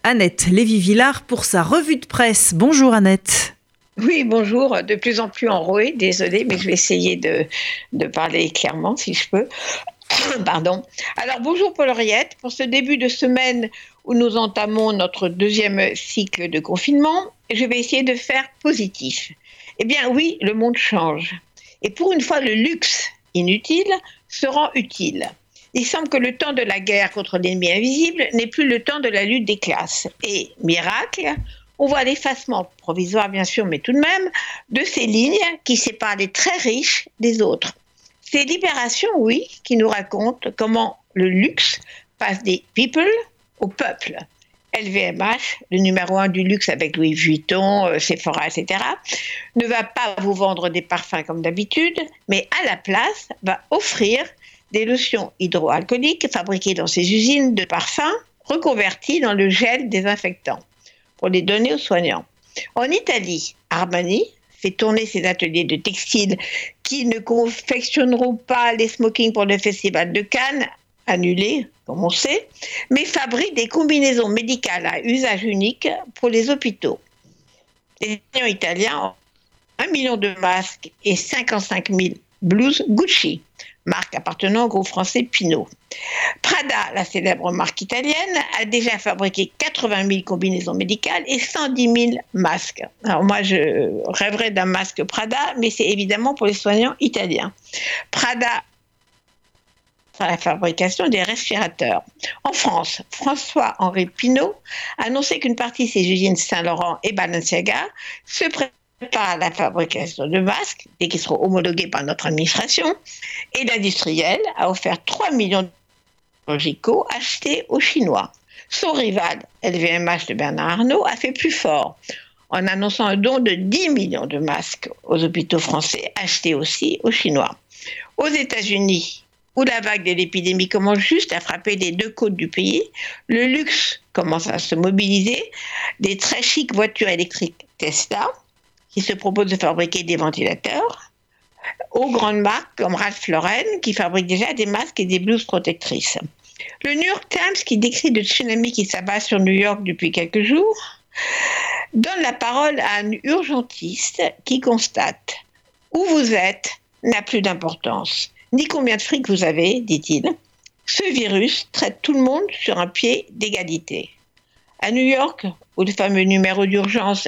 Annette Lévy-Villard pour sa revue de presse. Bonjour Annette. Oui, bonjour, de plus en plus enrouée, désolée, mais je vais essayer de parler clairement si je peux. Pardon. Alors bonjour Paul-Henriette, pour ce début de semaine où nous entamons notre deuxième cycle de confinement, je vais essayer de faire positif. Eh bien oui, le monde change. Et pour une fois, le luxe inutile se rend utile. Il semble que le temps de la guerre contre l'ennemi invisible n'est plus le temps de la lutte des classes. Et, miracle, on voit l'effacement, provisoire bien sûr, mais tout de même, de ces lignes qui séparent les très riches des autres. C'est Libération, oui, qui nous raconte comment le luxe passe des people au peuple. LVMH, le numéro 1 du luxe avec Louis Vuitton, Sephora, etc., ne va pas vous vendre des parfums comme d'habitude, mais à la place va offrir des lotions hydroalcooliques fabriquées dans ses usines de parfums, reconverties dans le gel désinfectant, pour les donner aux soignants. En Italie, Armani fait tourner ses ateliers de textile qui ne confectionneront pas les smokings pour le festival de Cannes, annulé, comme on sait, mais fabrique des combinaisons médicales à usage unique pour les hôpitaux. Les soignants italiens ont 1 million de masques et 55 000 blouses Gucci, marque appartenant au groupe français Pinault. Prada, la célèbre marque italienne, a déjà fabriqué 80 000 combinaisons médicales et 110 000 masques. Alors moi, je rêverais d'un masque Prada, mais c'est évidemment pour les soignants italiens. Prada à la fabrication des respirateurs. En France, François-Henri Pinault a annoncé qu'une partie de ses usines Saint-Laurent et Balenciaga se prépare à la fabrication de masques, dès qu'ils seront homologués par notre administration, et l'industriel a offert 3 millions de logicaux achetés aux Chinois. Son rival, LVMH de Bernard Arnault, a fait plus fort en annonçant un don de 10 millions de masques aux hôpitaux français, achetés aussi aux Chinois. Aux États-Unis, où la vague de l'épidémie commence juste à frapper les deux côtes du pays, le luxe commence à se mobiliser. Des très chics voitures électriques Tesla, qui se proposent de fabriquer des ventilateurs, aux grandes marques comme Ralph Lauren, qui fabriquent déjà des masques et des blouses protectrices. Le New York Times, qui décrit le tsunami qui s'abat sur New York depuis quelques jours, donne la parole à un urgentiste qui constate « Où vous êtes n'a plus d'importance. Ni combien de fric vous avez, dit-il. Ce virus traite tout le monde sur un pied d'égalité. » À New York, où le fameux numéro d'urgence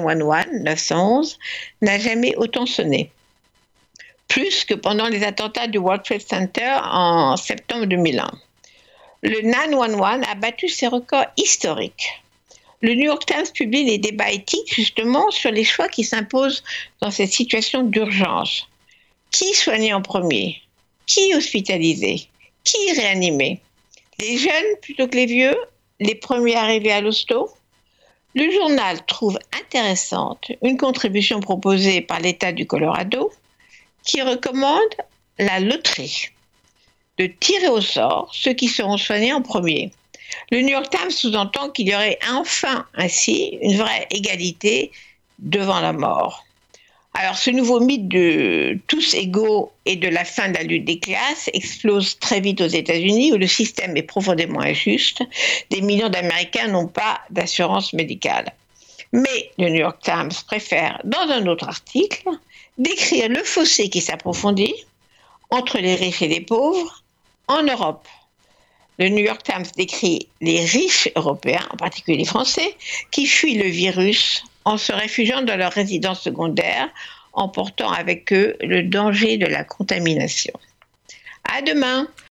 911 n'a jamais autant sonné. Plus que pendant les attentats du World Trade Center en septembre 2001. Le 911 a battu ses records historiques. Le New York Times publie les débats éthiques justement sur les choix qui s'imposent dans cette situation d'urgence. Qui soigner en premier ? Qui hospitaliser ? Qui réanimer ? Les jeunes plutôt que les vieux ? Les premiers arrivés à l'hosto ? Le journal trouve intéressante une contribution proposée par l'État du Colorado qui recommande la loterie, de tirer au sort ceux qui seront soignés en premier. Le New York Times sous-entend qu'il y aurait enfin ainsi une vraie égalité devant la mort. Alors ce nouveau mythe de tous égaux et de la fin de la lutte des classes explose très vite aux États-Unis où le système est profondément injuste. Des millions d'Américains n'ont pas d'assurance médicale. Mais le New York Times préfère, dans un autre article, décrire le fossé qui s'approfondit entre les riches et les pauvres en Europe. Le New York Times décrit les riches européens, en particulier les Français, qui fuient le virus en se réfugiant dans leur résidence secondaire, en portant avec eux le danger de la contamination. À demain.